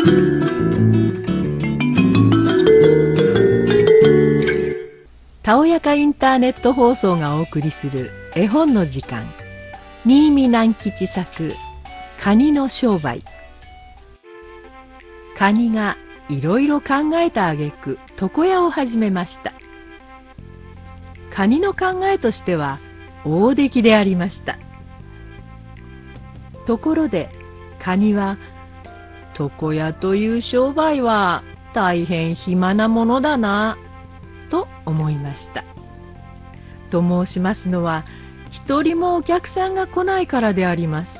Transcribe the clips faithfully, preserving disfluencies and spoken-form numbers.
たおやかインターネット放送がお送りする絵本の時間、新見南吉作カニの商売。カニがいろいろ考えたあげく床屋を始めました。カニの考えとしては大出来でありました。ところでカニは、床屋という商売は大変暇なものだなと思いました。と申しますのは、一人もお客さんが来ないからであります。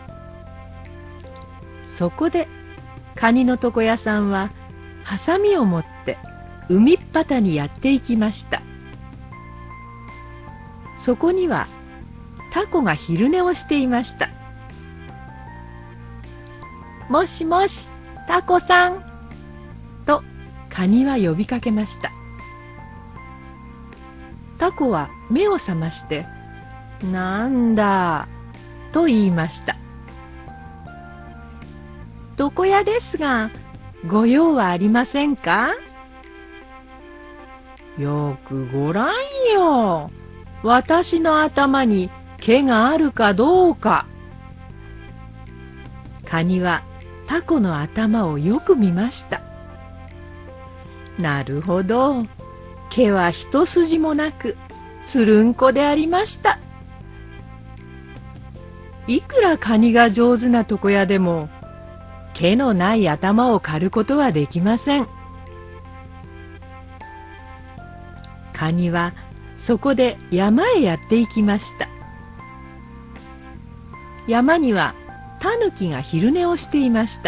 そこでカニの床屋さんはハサミを持って海っ端にやっていきました。そこにはタコが昼寝をしていました。もしもし、タコさんとカニは呼びかけました。タコは目を覚まして、なんだと言いました。床屋ですが、ご用はありませんか？よくごらんよ。私の頭に毛があるかどうか。カニはタコの頭をよく見ました。なるほど。毛は一筋もなく、つるんこでありました。いくらカニが上手な床屋でも、毛のない頭を刈ることはできません。カニはそこで山へやって行きました。山にはタヌキが昼寝をしていました。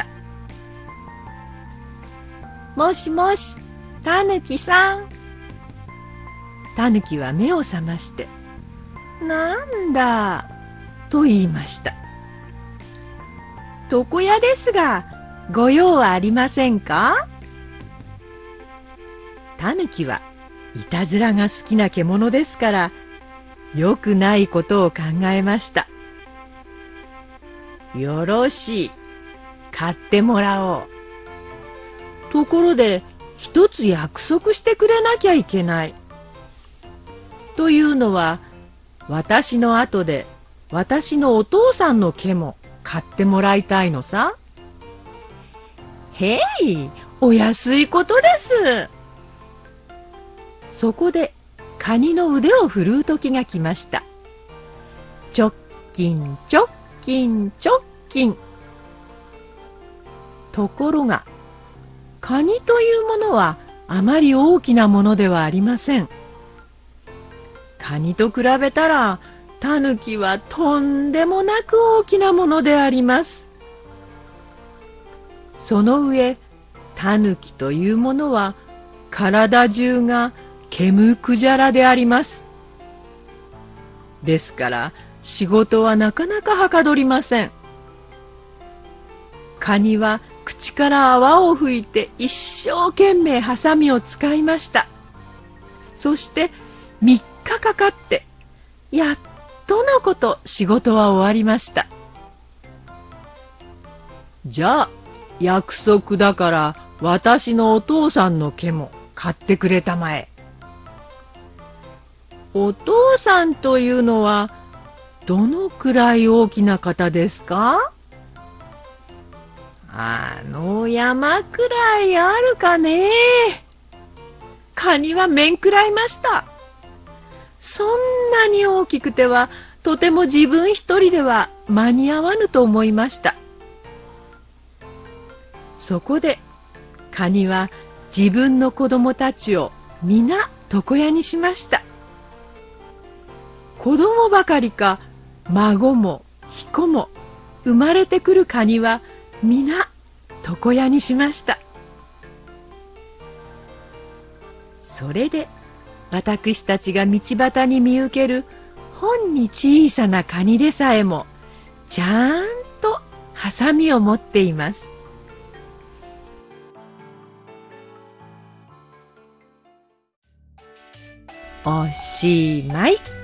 もしもし、タヌキさん。タヌキは目を覚まして、なんだと言いました。床屋ですが、ご用はありませんか？タヌキはいたずらが好きな獣ですから、よくないことを考えました。よろしい、買ってもらおう。ところで、一つ約束してくれなきゃいけない。というのは、私の後で私のお父さんの毛も買ってもらいたいのさ。へい、お安いことです。そこでカニの腕を振るう時が来ました。チョッキンチョッキンチョッキン。ところがカニというものはあまり大きなものではありません。カニと比べたらタヌキはとんでもなく大きなものであります。その上、タヌキというものは体中が毛むくじゃらであります。ですから仕事はなかなかはかどりません。カニは口から泡を吹いて一生懸命ハサミを使いました。そしてみっかかかってやっとのこと仕事は終わりました。じゃあ約束だから私のお父さんの毛も買ってくれたまえ。お父さんというのはどのくらい大きな方ですか？あの山くらいあるかね。カニは面食らいました。そんなに大きくてはとても自分一人では間に合わぬと思いました。そこでカニは自分の子供たちを皆床屋にしました。子供ばかりか孫も彦も生まれてくるカニは皆床屋にしました。それで私たちが道端に見受けるほんに小さなカニでさえもちゃんとハサミを持っています。おしまい。